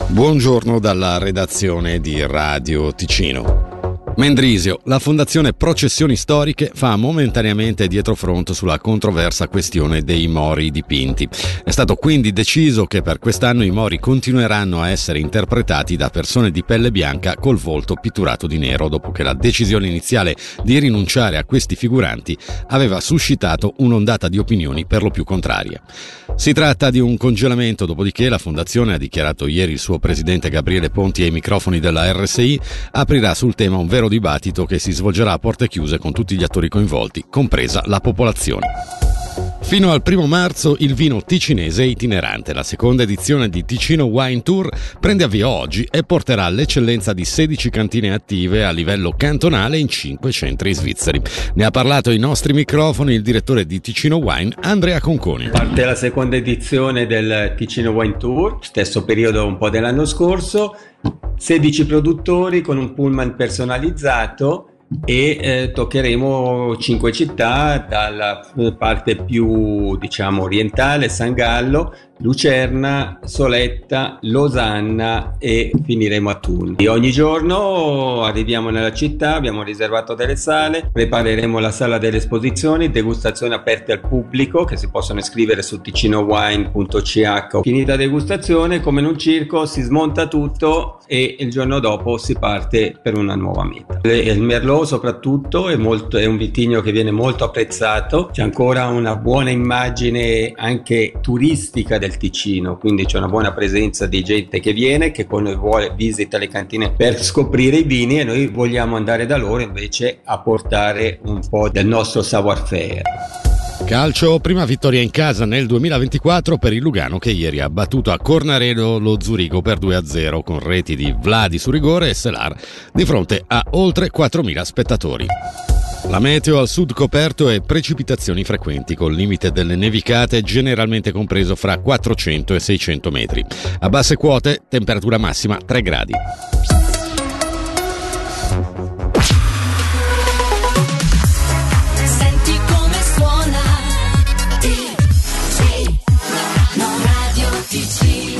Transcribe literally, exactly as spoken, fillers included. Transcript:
Buongiorno dalla redazione di Radio Ticino. Mendrisio, la Fondazione Processioni Storiche fa momentaneamente dietrofront sulla controversa questione dei mori dipinti. È stato quindi deciso che per quest'anno i mori continueranno a essere interpretati da persone di pelle bianca col volto pitturato di nero, dopo che la decisione iniziale di rinunciare a questi figuranti aveva suscitato un'ondata di opinioni per lo più contrarie. Si tratta di un congelamento, dopodiché la Fondazione, ha dichiarato ieri il suo presidente Gabriele Ponti ai microfoni della R S I, aprirà sul tema un vero dibattito che si svolgerà a porte chiuse con tutti gli attori coinvolti, compresa la popolazione. Fino al primo marzo il vino ticinese è itinerante. La seconda edizione di Ticino Wine Tour prende avvio oggi e porterà l'eccellenza di sedici cantine attive a livello cantonale in cinque centri svizzeri. Ne ha parlato ai nostri microfoni il direttore di Ticino Wine, Andrea Conconi. Parte la seconda edizione del Ticino Wine Tour, stesso periodo un po' dell'anno scorso, sedici produttori con un pullman personalizzato e eh, toccheremo cinque città, dalla parte più diciamo orientale, San Gallo, Lucerna, Soletta, Losanna e finiremo a Thun. E ogni giorno arriviamo nella città, abbiamo riservato delle sale, prepareremo la sala delle esposizioni, degustazioni aperte al pubblico che si possono iscrivere su ticinowine punto c h. Finita degustazione, come in un circo, si smonta tutto e il giorno dopo si parte per una nuova meta. Il Merlot soprattutto è, molto, è un vitigno che viene molto apprezzato, c'è ancora una buona immagine anche turistica del Ticino, quindi c'è una buona presenza di gente che viene, che con noi vuole visita le cantine per scoprire i vini, e noi vogliamo andare da loro invece a portare un po' del nostro savoir-faire. Calcio, prima vittoria in casa nel duemilaventiquattro per il Lugano, che ieri ha battuto a Cornaredo lo Zurigo per due a zero con reti di Vladi su rigore e Selar di fronte a oltre quattromila spettatori. La meteo al sud coperto e precipitazioni frequenti, col limite delle nevicate generalmente compreso fra quattrocento e seicento metri. A basse quote, temperatura massima tre gradi.